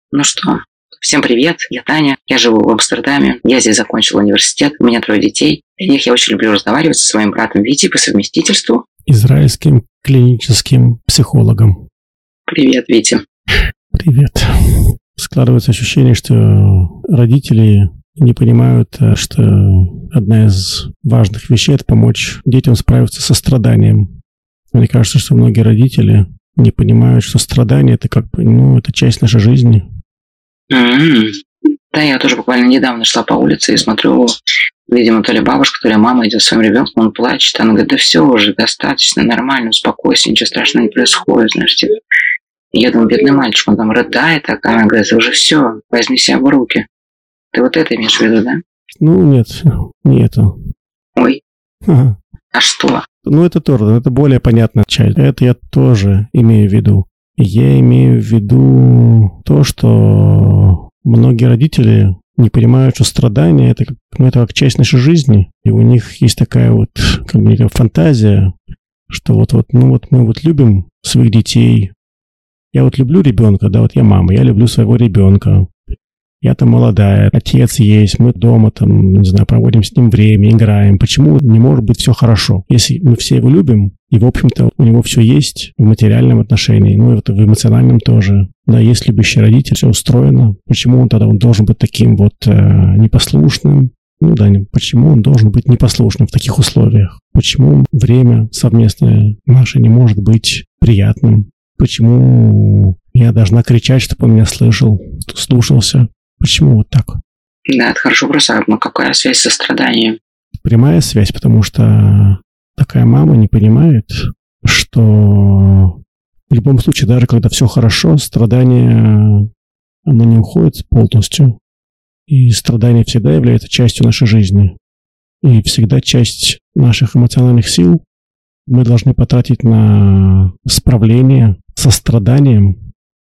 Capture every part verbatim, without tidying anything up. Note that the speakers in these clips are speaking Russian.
Ну что, всем привет, я Таня, я живу в Амстердаме, я здесь закончила университет, у меня трое детей. Для них я очень люблю разговаривать со своим братом Витей по совместительству. Израильским клиническим психологом. Привет, Витя. Привет. Складывается ощущение, что родители не понимают, что одна из важных вещей – это помочь детям справиться со страданием. Мне кажется, что многие родители не понимают, что страдание – это как бы, ну, это часть нашей жизни. Mm-hmm. Да, я тоже буквально недавно шла по улице и смотрю, видимо, то ли бабушка, то ли мама идет с своим ребенком, он плачет, она говорит, да все уже, достаточно, нормально, успокойся, ничего страшного не происходит, знаешь, типа. И я думаю, бедный мальчик, он там рыдает, а она говорит, уже все, возьми себя в руки. Ты вот это имеешь в виду, да? Ну, нет, не это. Ой, ага. А что? Ну, это тоже, это более понятная часть. Это я тоже имею в виду. Я имею в виду то, что многие родители не понимают, что страдание это как, ну, это как часть нашей жизни. И у них есть такая вот как бы фантазия, что вот, вот, ну вот мы вот любим своих детей. Я вот люблю ребенка, да, вот я мама, я люблю своего ребенка. Я-то молодая, отец есть, мы дома там, не знаю, проводим с ним время, играем. Почему не может быть все хорошо? Если мы все его любим, и, в общем-то, у него все есть в материальном отношении, ну и вот в эмоциональном тоже. Да, есть любящий родитель, все устроено. Почему он тогда он должен быть таким вот э, непослушным? Ну да, почему он должен быть непослушным в таких условиях? Почему время совместное наше не может быть приятным? Почему я должна кричать, чтобы он меня слышал, слушался? Почему вот так? Да, это хороший вопрос. Но какая связь со страданием? Прямая связь, потому что такая мама не понимает, что в любом случае, даже когда все хорошо, страдание, оно не уходит полностью. И страдание всегда является частью нашей жизни. И всегда часть наших эмоциональных сил мы должны потратить на справление со страданием.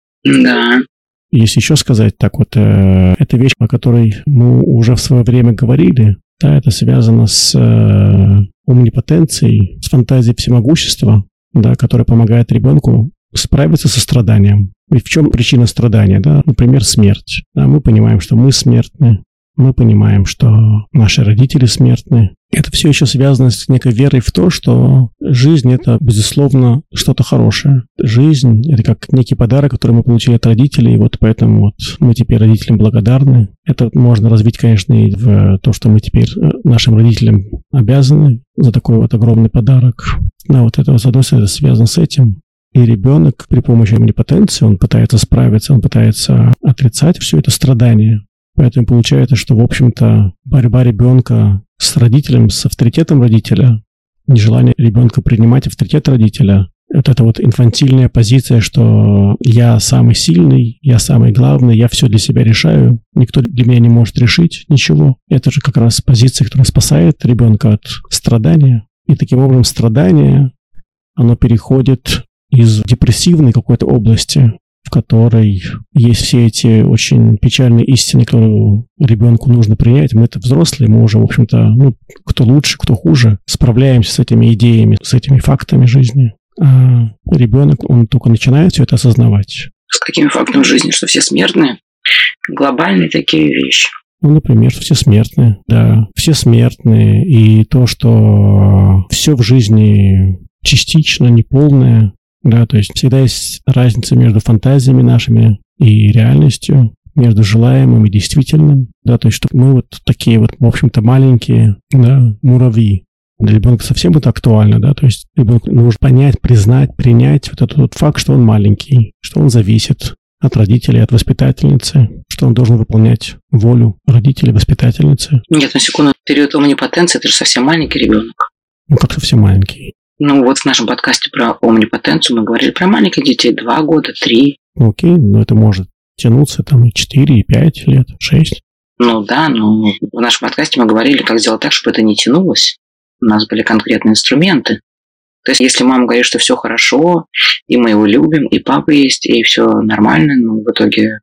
Да. Если еще сказать так вот, э, это вещь, о которой мы уже в свое время говорили, да, это связано с э, омнипотенцией, с фантазией всемогущества, да, которая помогает ребенку справиться со страданием. И в чем причина страдания? Да? Например, смерть. Да, мы понимаем, что мы смертны, мы понимаем, что наши родители смертны. Это все еще связано с некой верой в то, что жизнь – это, безусловно, что-то хорошее. Жизнь – это как некий подарок, который мы получили от родителей, и вот поэтому вот мы теперь родителям благодарны. Это можно развить, конечно, и в то, что мы теперь нашим родителям обязаны за такой вот огромный подарок. Да, вот это, с одной стороны, связано с этим. И ребенок при помощи омнипотенции, он пытается справиться, он пытается отрицать все это страдание. Поэтому получается, что, в общем-то, борьба ребенка с родителем, с авторитетом родителя, нежелание ребенка принимать авторитет родителя, вот эта вот инфантильная позиция, что я самый сильный, я самый главный, я все для себя решаю, никто для меня не может решить ничего. Это же как раз позиция, которая спасает ребенка от страдания. И таким образом страдание, оно переходит из депрессивной какой-то области, в которой есть все эти очень печальные истины, которые ребенку нужно принять. Мы-то взрослые, мы уже, в общем-то, ну, кто лучше, кто хуже, справляемся с этими идеями, с этими фактами жизни. А ребенок, он только начинает все это осознавать. С какими фактами жизни? Что все смертные? Глобальные такие вещи. Ну, например, все смертные, да, все смертные. И то, что все в жизни частично, неполное. Да, то есть всегда есть разница между фантазиями нашими и реальностью, между желаемым и действительным. Да, то есть что мы вот такие вот, в общем-то, маленькие, да, муравьи. Для ребенка совсем это актуально, да, то есть ребенку нужно понять, признать, принять вот этот вот факт, что он маленький, что он зависит от родителей, от воспитательницы, что он должен выполнять волю родителей, воспитательницы. Нет, на секунду, период омнипотенции, это же совсем маленький ребенок. Ну, как совсем маленький. Ну, вот в нашем подкасте про омнипотенцию мы говорили про маленьких детей, два года, три. Ну, окей, но это может тянуться там и четыре, и пять лет, шесть. Ну да, но в нашем подкасте мы говорили, как сделать так, чтобы это не тянулось. У нас были конкретные инструменты. То есть, если мама говорит, что все хорошо, и мы его любим, и папа есть, и все нормально, но в итоге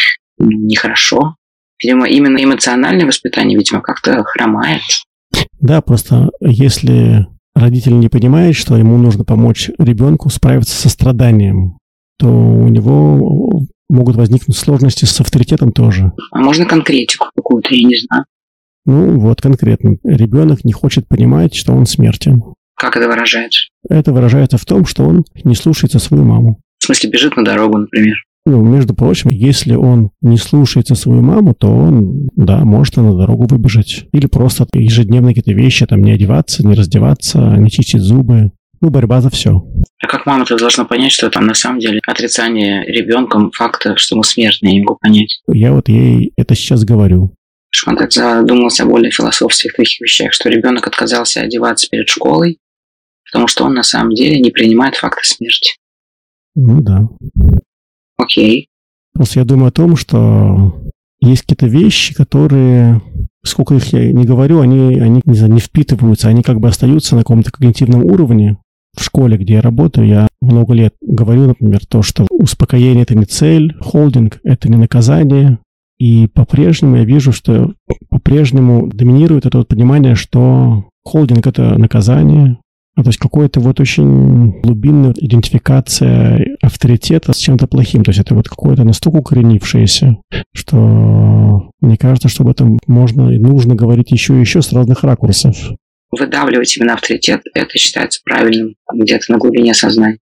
нехорошо. Видимо, именно эмоциональное воспитание, видимо, как-то хромает. Да, просто если родитель не понимает, что ему нужно помочь ребенку справиться со страданием, то у него могут возникнуть сложности с авторитетом тоже. А можно конкретику какую-то, я не знаю. Ну, вот конкретно. Ребенок не хочет понимать, что он смертен. Как это выражается? Это выражается в том, что он не слушается свою маму. В смысле, бежит на дорогу, например? Ну, между прочим, если он не слушается свою маму, то он, да, может и на дорогу выбежать. Или просто ежедневно какие-то вещи, там, не одеваться, не раздеваться, не чистить зубы. Ну, борьба за все. А как мама-то должна понять, что там на самом деле отрицание ребенком факта, что мы смертны, я не могу понять. Я вот ей это сейчас говорю. Что он так задумался о более философских таких вещах, что ребенок отказался одеваться перед школой, потому что он на самом деле не принимает факта смерти. Ну да. Окей. Просто я думаю о том, что есть какие-то вещи, которые, сколько их я не говорю, они, они не знаю, не впитываются, они как бы остаются на каком-то когнитивном уровне. В школе, где я работаю, я много лет говорю, например, то, что успокоение – это не цель, холдинг – это не наказание. И по-прежнему я вижу, что по-прежнему доминирует это вот понимание, что холдинг – это наказание. Ну, то есть какая-то вот очень глубинная идентификация авторитета с чем-то плохим. То есть это вот какое-то настолько укоренившееся, что мне кажется, что об этом можно и нужно говорить еще и еще с разных ракурсов. Выдавливать именно авторитет, это считается правильным где-то на глубине сознания.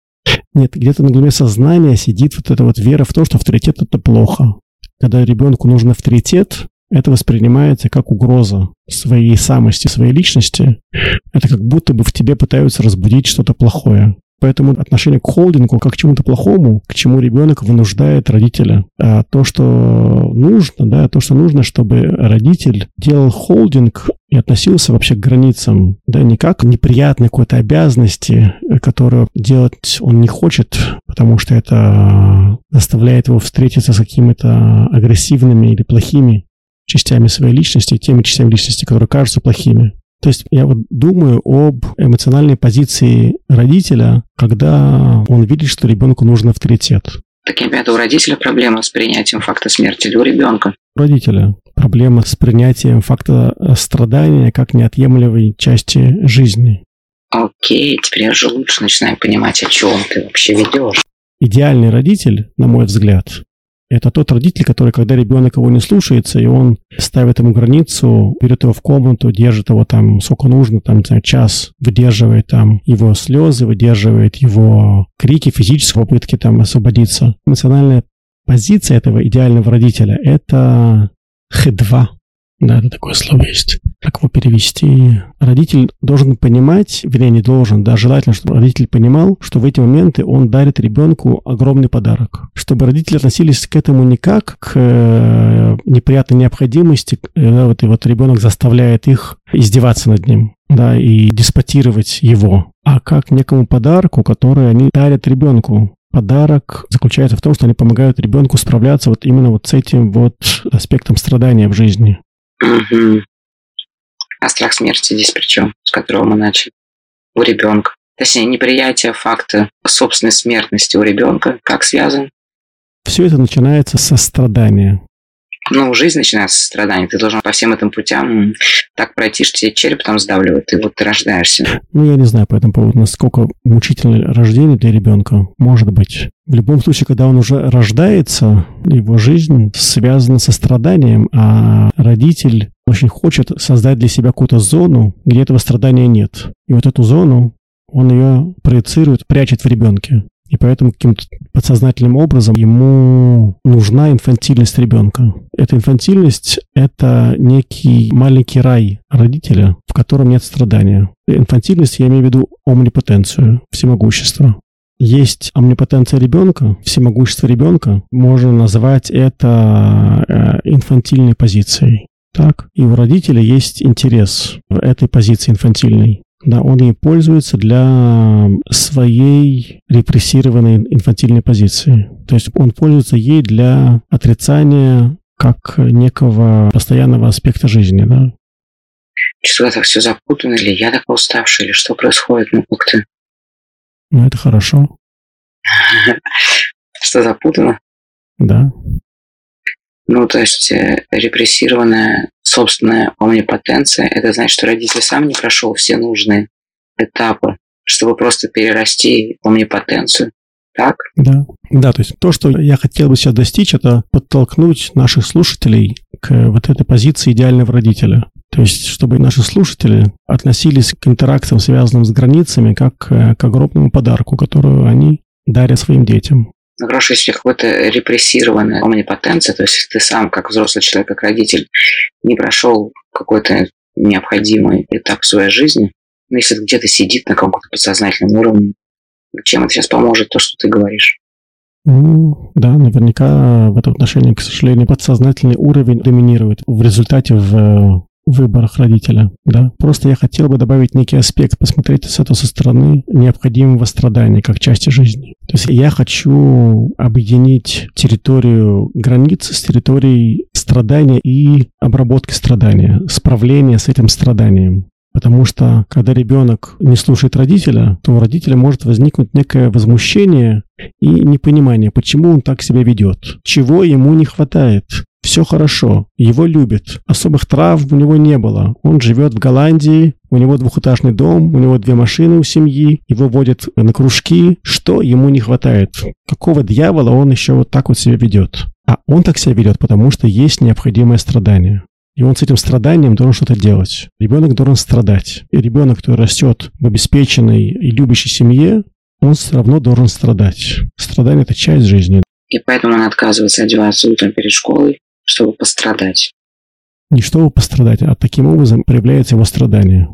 Нет, где-то на глубине сознания сидит вот эта вот вера в то, что авторитет – это плохо. Когда ребенку нужен авторитет, это воспринимается как угроза своей самости, своей личности. Это как будто бы в тебе пытаются разбудить что-то плохое. Поэтому отношение к холдингу как к чему-то плохому, к чему ребенок вынуждает родителя. А то, что нужно, да, то, что нужно, чтобы родитель делал холдинг и относился вообще к границам, да, не как к неприятной какой-то обязанности, которую делать он не хочет, потому что это заставляет его встретиться с какими-то агрессивными или плохими частями своей личности, теми частями личности, которые кажутся плохими. То есть я вот думаю об эмоциональной позиции родителя, когда он видит, что ребенку нужен авторитет. Так, ребята, у родителя проблема с принятием факта смерти или у ребенка? У родителя проблема с принятием факта страдания как неотъемлемой части жизни. Окей, теперь я же лучше начинаю понимать, о чем ты вообще ведешь. Идеальный родитель, на мой взгляд, это тот родитель, который, когда ребенок его не слушается, и он ставит ему границу, берет его в комнату, держит его там сколько нужно, там, не знаю, час, выдерживает там его слезы, выдерживает его крики, физические попытки там освободиться. Эмоциональная позиция этого идеального родителя – это хедва. Да, это такое слово есть. Как его перевести? Родитель должен понимать, вернее, не должен, да, желательно, чтобы родитель понимал, что в эти моменты он дарит ребенку огромный подарок. Чтобы родители относились к этому не как к э, неприятной необходимости, да, вот, и вот ребенок заставляет их издеваться над ним, да, и деспотировать его, а как к некому подарку, который они дарят ребенку. Подарок заключается в том, что они помогают ребенку справляться вот именно вот с этим вот аспектом страдания в жизни. Угу. А страх смерти здесь при чем, с которого мы начали? У ребенка. Точнее, неприятие факта собственной смертности у ребенка. Как связан? Все это начинается со страдания. Ну, жизнь начинается со страданий. Ты должен по всем этим путям так пройти, что тебе череп там сдавливает, и вот ты рождаешься. Ну, я не знаю по этому поводу, насколько мучительное рождение для ребенка может быть. В любом случае, когда он уже рождается, его жизнь связана со страданием, а родитель очень хочет создать для себя какую-то зону, где этого страдания нет. И вот эту зону он ее проецирует, прячет в ребенке. И поэтому каким-то подсознательным образом ему нужна инфантильность ребенка. Эта инфантильность – это некий маленький рай родителя, в котором нет страдания. Инфантильность, я имею в виду омнипотенцию, всемогущество. Есть омнипотенция ребенка, всемогущество ребенка. Можно назвать это инфантильной позицией. Так? И у родителя есть интерес в этой позиции инфантильной. Да, он ей пользуется для своей репрессированной инфантильной позиции. То есть он пользуется ей для отрицания как некого постоянного аспекта жизни. Да? Что так все запутано, или я такой уставший, или что происходит? Ну, как ты? Ну, это хорошо. Что запутано? Да. Ну, то есть репрессированная собственная омнипотенция, это значит, что родитель сам не прошел все нужные этапы, чтобы просто перерасти омнипотенцию. Так? Да. Да, то есть то, что я хотел бы сейчас достичь, это подтолкнуть наших слушателей к вот этой позиции идеального родителя. То есть, чтобы наши слушатели относились к интеракциям, связанным с границами, как к огромному подарку, который они дарят своим детям. Ну, хорошо, если какой-то репрессированная омнипотенция, то есть ты сам, как взрослый человек, как родитель, не прошел какой-то необходимый этап своей жизни, но если это где-то сидит на каком-то подсознательном уровне, чем это сейчас поможет, то, что ты говоришь? Ну, да, наверняка в этом отношении, к сожалению, подсознательный уровень доминирует в результате в выборах родителя, да. Просто я хотел бы добавить некий аспект, посмотреть с этого со стороны необходимого страдания как части жизни. То есть я хочу объединить территорию границ с территорией страдания и обработки страдания, справления с этим страданием. Потому что, когда ребенок не слушает родителя, то у родителя может возникнуть некое возмущение и непонимание, почему он так себя ведет, чего ему не хватает. Все хорошо, его любят, особых травм у него не было. Он живет в Голландии, у него двухэтажный дом, у него две машины у семьи, его водят на кружки. Что ему не хватает? Какого дьявола он еще вот так вот себя ведет? А он так себя ведет, потому что есть необходимое страдание. И он с этим страданием должен что-то делать. Ребенок должен страдать. И ребенок, который растет в обеспеченной и любящей семье, он все равно должен страдать. Страдание – это часть жизни. И поэтому он отказывается одеваться утром перед школой, чтобы пострадать. Не чтобы пострадать, а таким образом проявляется его страдание.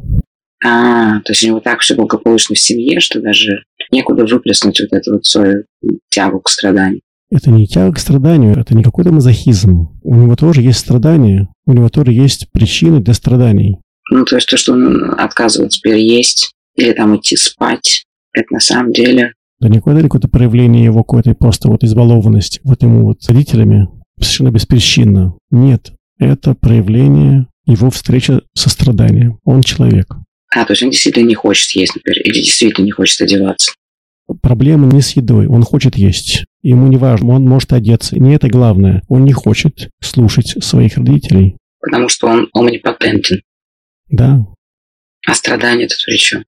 А, то есть у него так все благополучно в семье, что даже некуда выплеснуть вот эту вот свою тягу к страданию. Это не тяга к страданию, это не какой-то мазохизм. У него тоже есть страдания, у него тоже есть причины для страданий. Ну, то есть то, что он отказывается теперь есть или там идти спать, это на самом деле... Да не какое-то проявление его какой-то просто вот избалованности вот ему вот родителями совершенно беспричинно. Нет, это проявление его встречи со страданием. Он человек. А, то есть он действительно не хочет есть, например, или действительно не хочет одеваться. Проблема не с едой, он хочет есть. Ему не важно, он может одеться. Не это главное. Он не хочет слушать своих родителей. Потому что он омнипотентен. Да. А страдание-то при чем?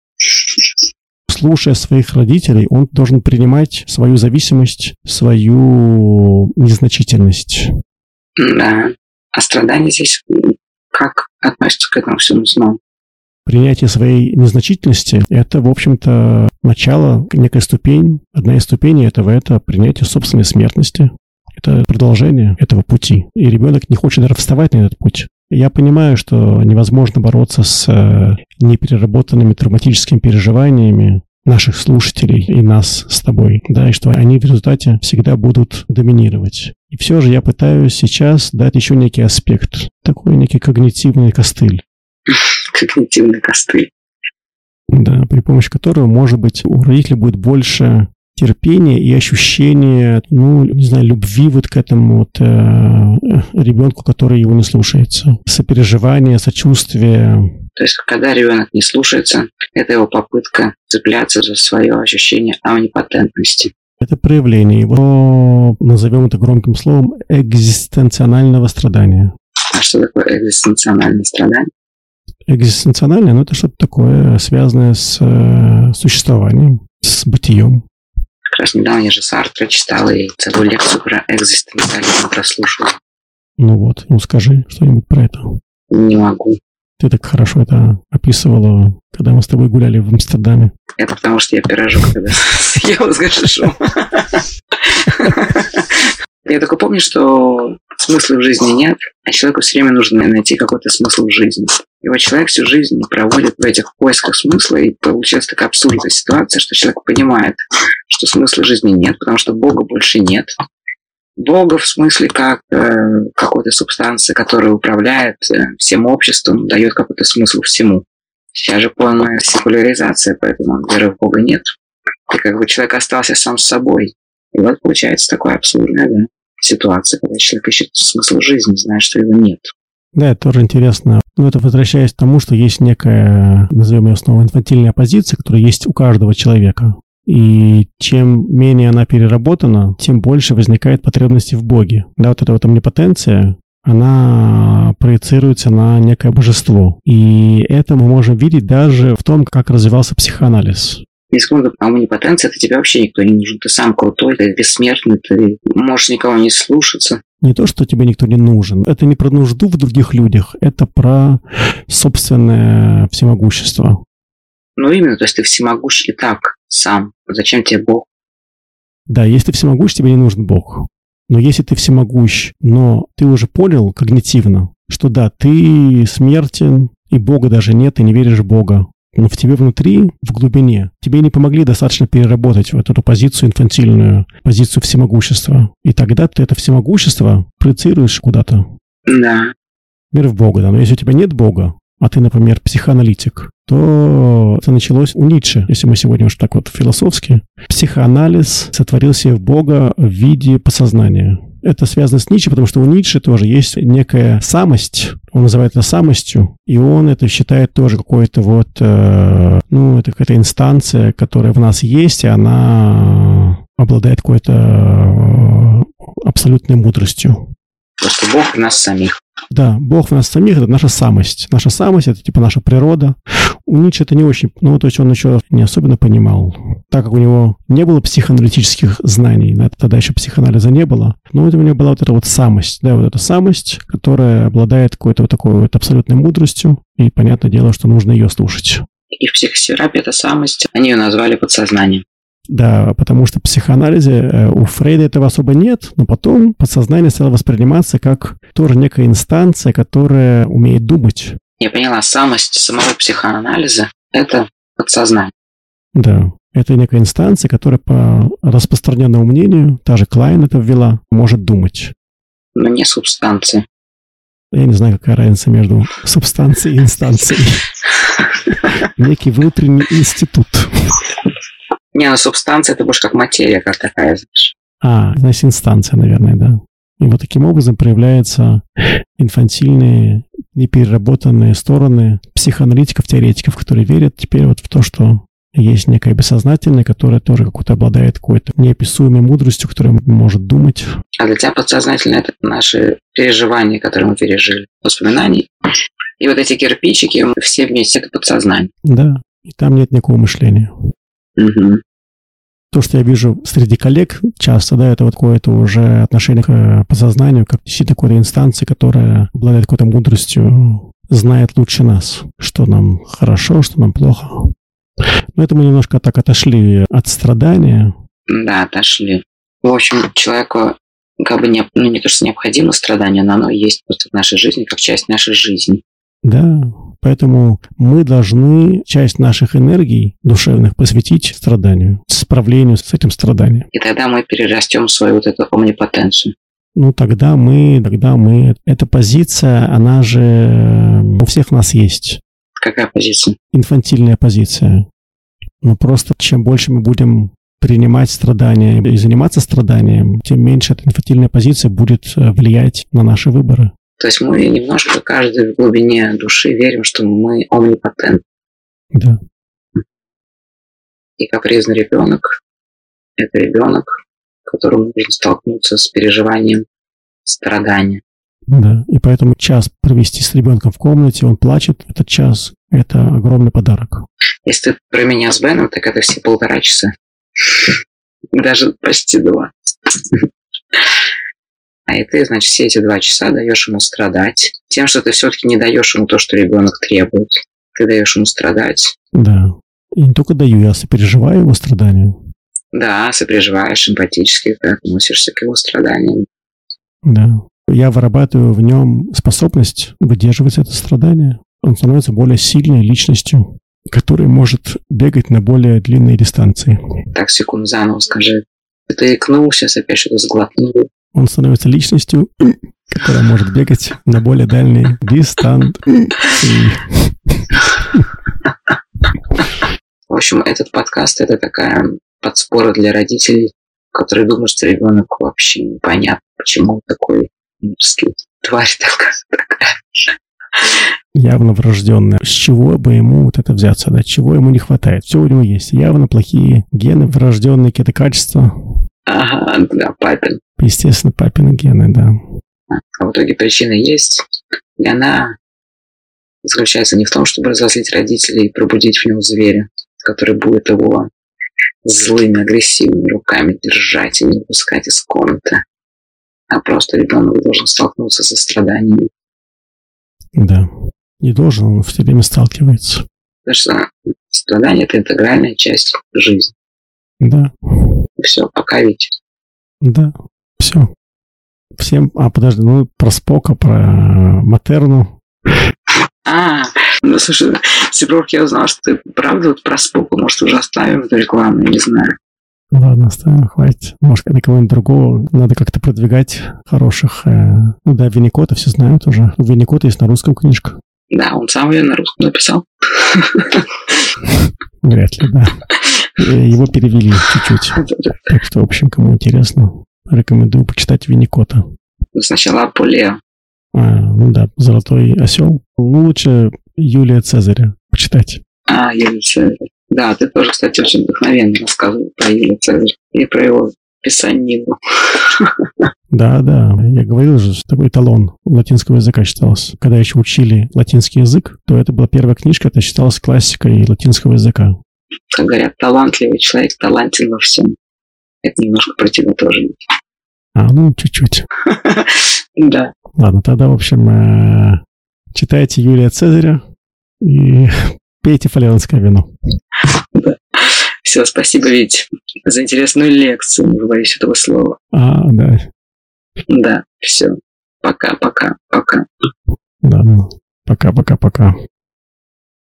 Слушая своих родителей, он должен принимать свою зависимость, свою незначительность. Да. А страдание здесь как относится к этому всему снова? Принятие своей незначительности – это, в общем-то, начало, некая ступень. Одна из ступеней этого – это принятие собственной смертности. Это продолжение этого пути. И ребенок не хочет даже вставать на этот путь. Я понимаю, что невозможно бороться с непереработанными травматическими переживаниями наших слушателей и нас с тобой, да, и что они в результате всегда будут доминировать. И все же я пытаюсь сейчас дать еще некий аспект, такой некий когнитивный костыль. Когнитивный костыль. Да, при помощи которого, может быть, у родителей будет больше терпения и ощущения, ну, не знаю, любви вот к этому вот э, ребенку, который его не слушается. Сопереживание, сочувствие. То есть, когда ребенок не слушается, это его попытка цепляться за свое ощущение омнипотентности. Это проявление его, назовем это громким словом, экзистенционального страдания. А что такое экзистенциональное страдание? Экзистенциональное, ну, это что-то такое, связанное с э, существованием, с бытием. Как раз недавно я же Сартра читал и целую лекцию про экзистенциализм прослушал. Ну вот, ну скажи что-нибудь про это. Не могу. Ты так хорошо это описывала, когда мы с тобой гуляли в Амстердаме. Это потому, что я пирожок когда съел с гашишом. Я только помню, что смысла в жизни нет, а человеку все время нужно найти какой-то смысл в жизни. И вот человек всю жизнь проводит в этих поисках смысла, и получается такая абсурдная ситуация, что человек понимает, что смысла жизни нет, потому что Бога больше нет. Бога в смысле как э, какой-то субстанции, которая управляет э, всем обществом, дает какой-то смысл всему. Сейчас же полная секуляризация, поэтому веры в Бога нет. И как бы человек остался сам с собой. И вот получается такая абсурдная, да, ситуация, когда человек ищет смысл жизни, зная, что его нет. Да, это тоже интересно. Но это возвращаясь к тому, что есть некая, назовем ее снова, инфантильная позиция, которая есть у каждого человека. И чем менее она переработана, тем больше возникает потребности в Боге. Да, вот эта вот омнипотенция, она проецируется на некое божество. И это мы можем видеть даже в том, как развивался психоанализ. Ни секунды, а омнипотенция, это тебе вообще никто не нужен. Ты сам крутой, ты бессмертный, ты можешь никого не слушаться. Не то, что тебе никто не нужен. Это не про нужду в других людях, это про собственное всемогущество. Ну именно, то есть ты всемогущ и так сам. Зачем тебе Бог? Да, если ты всемогущ, тебе не нужен Бог. Но если ты всемогущ, но ты уже понял когнитивно, что да, ты смертен, и Бога даже нет, ты не веришь в Бога, но в тебе внутри, в глубине, тебе не помогли достаточно переработать вот эту позицию инфантильную, позицию всемогущества. И тогда ты это всемогущество проецируешь куда-то. Да. Например, в Бога. Да. Но если у тебя нет Бога, а ты, например, психоаналитик, то это началось у Ницше, если мы сегодня уж так вот философски. Психоанализ сотворил себе в Бога в виде подсознания. Это связано с Ницше, потому что у Ницше тоже есть некая самость, он называет это самостью, и он это считает тоже какой-то вот, э, ну, это какая-то инстанция, которая в нас есть, и она обладает какой-то э, абсолютной мудростью. Просто Бог в нас самих. Да, Бог в нас самих — это наша самость. Наша самость — это типа наша природа. У Ницше это не очень... Ну, то есть он еще не особенно понимал. Так как у него не было психоаналитических знаний, да, тогда еще психоанализа не было, но это у него была вот эта вот самость, да, вот эта самость, которая обладает какой-то вот такой вот абсолютной мудростью, и понятное дело, что нужно ее слушать. И в психотерапии эта самость, они ее назвали подсознанием. Да, потому что в психоанализе у Фрейда этого особо нет, но потом подсознание стало восприниматься как тоже некая инстанция, которая умеет думать. Я поняла, самость самого психоанализа – это подсознание. Да, это некая инстанция, которая по распространенному мнению, та же Клайн это ввела, может думать. Но не субстанция. Я не знаю, какая разница между субстанцией и инстанцией. Некий внутренний институт. Не, ну субстанция это больше как материя, как такая, знаешь. А, значит, инстанция, наверное, да. И вот таким образом проявляются инфантильные, непереработанные стороны психоаналитиков, теоретиков, которые верят теперь вот в то, что есть некое бессознательное, которое тоже какой-то обладает какой-то неописуемой мудростью, которая может думать. А для тебя подсознательно это наши переживания, которые мы пережили, воспоминания. И вот эти кирпичики, все вместе, это подсознание. Да, и там нет никакого мышления. Угу. То, что я вижу среди коллег часто, да, это вот какое-то уже отношение к подсознанию, как действительно какой-то инстанции, которая обладает какой-то мудростью, знает лучше нас, что нам хорошо, что нам плохо. Но это мы немножко так отошли от страдания. Да, отошли. В общем, человеку как бы не, ну, не то, что необходимо страдание, но оно есть просто в нашей жизни, как часть нашей жизни. Да, поэтому мы должны часть наших энергий душевных посвятить страданию, справлению с этим страданием. И тогда мы перерастем свою вот эту омнипотенцию. Ну, тогда мы, тогда мы... Эта позиция, она же у всех нас есть. Какая позиция? Инфантильная позиция. Но просто чем больше мы будем принимать страдания и заниматься страданием, тем меньше эта инфантильная позиция будет влиять на наши выборы. То есть мы немножко каждый в глубине души верим, что мы омнипотентны. Да. И капризный ребенок – это ребенок, которому нужно столкнуться с переживанием страдания. Да, и поэтому час провести с ребенком в комнате, он плачет, этот час – это огромный подарок. Если ты про меня с Беном, так это все полтора часа. Даже почти два. А и ты, значит, все эти два часа даешь ему страдать. Тем, что ты все-таки не даешь ему то, что ребенок требует. Ты даешь ему страдать. Да. И не только даю, я сопереживаю его страданию. Да, сопереживаешь эмпатически, ты относишься к его страданиям. Да. Я вырабатываю в нем способность выдерживать это страдание. Он становится более сильной личностью, которая может бегать на более длинные дистанции. Так, секунду, заново скажи. Ты икнул, сейчас опять что-то сглотнул. Он становится личностью, которая может бегать на более дальние дистанции. В общем, этот подкаст – это такая подспора для родителей, которые думают, что ребенок вообще непонятно, почему он такой мерзкий. Тварь такая. такая. Явно врожденная. С чего бы ему вот это взяться, да? Чего ему не хватает? Все у него есть. Явно плохие гены, врожденные какие-то качества. Ага, да, папин. Естественно, папины гены, да. А в итоге причина есть, и она заключается не в том, чтобы разозлить родителей и пробудить в нем зверя, который будет его злыми, агрессивными руками держать и не выпускать из комнаты. А просто ребенок должен столкнуться со страданиями. Да. Не должен, он все время сталкивается. Потому что страдание – это интегральная часть жизни. Да. И все, пока ведь. Да, все. Всем... А, подожди, ну про Спока, про Матерну. А, ну слушай, Сибров, я узнал, что ты правда вот про Спока, может, уже оставим эту рекламу, я не знаю. Ладно, оставим, хватит. Может, на кого-нибудь другого надо как-то продвигать хороших. Э... Ну да, Винникота все знают уже. У Винникота есть на русском книжка. Да, он сам ее на русском написал. Вряд ли, да. Его перевели чуть-чуть. Так что, в общем, кому интересно, рекомендую почитать Винникота. Сначала Аполлео. А, ну да, «Золотой осел». Ну, лучше Юлия Цезаря почитать. А, Юлия Цезарь. Да, ты тоже, кстати, очень вдохновенно рассказывал про Юлия Цезаря и про его писанину. Да, да, я говорил же, что такой эталон латинского языка считался. Когда еще учили латинский язык, то это была первая книжка, это считалась классикой латинского языка. Как говорят, талантливый человек талантен во всем. Это немножко про тебя тоже. А, ну, чуть-чуть. Да. Ладно, тогда, в общем, читайте Юлия Цезаря и пейте фалернское вино. Да. Все, спасибо, Вить, за интересную лекцию, не боюсь этого слова. А, да. Да, все. Пока, пока, пока. Ладно. Пока-пока-пока.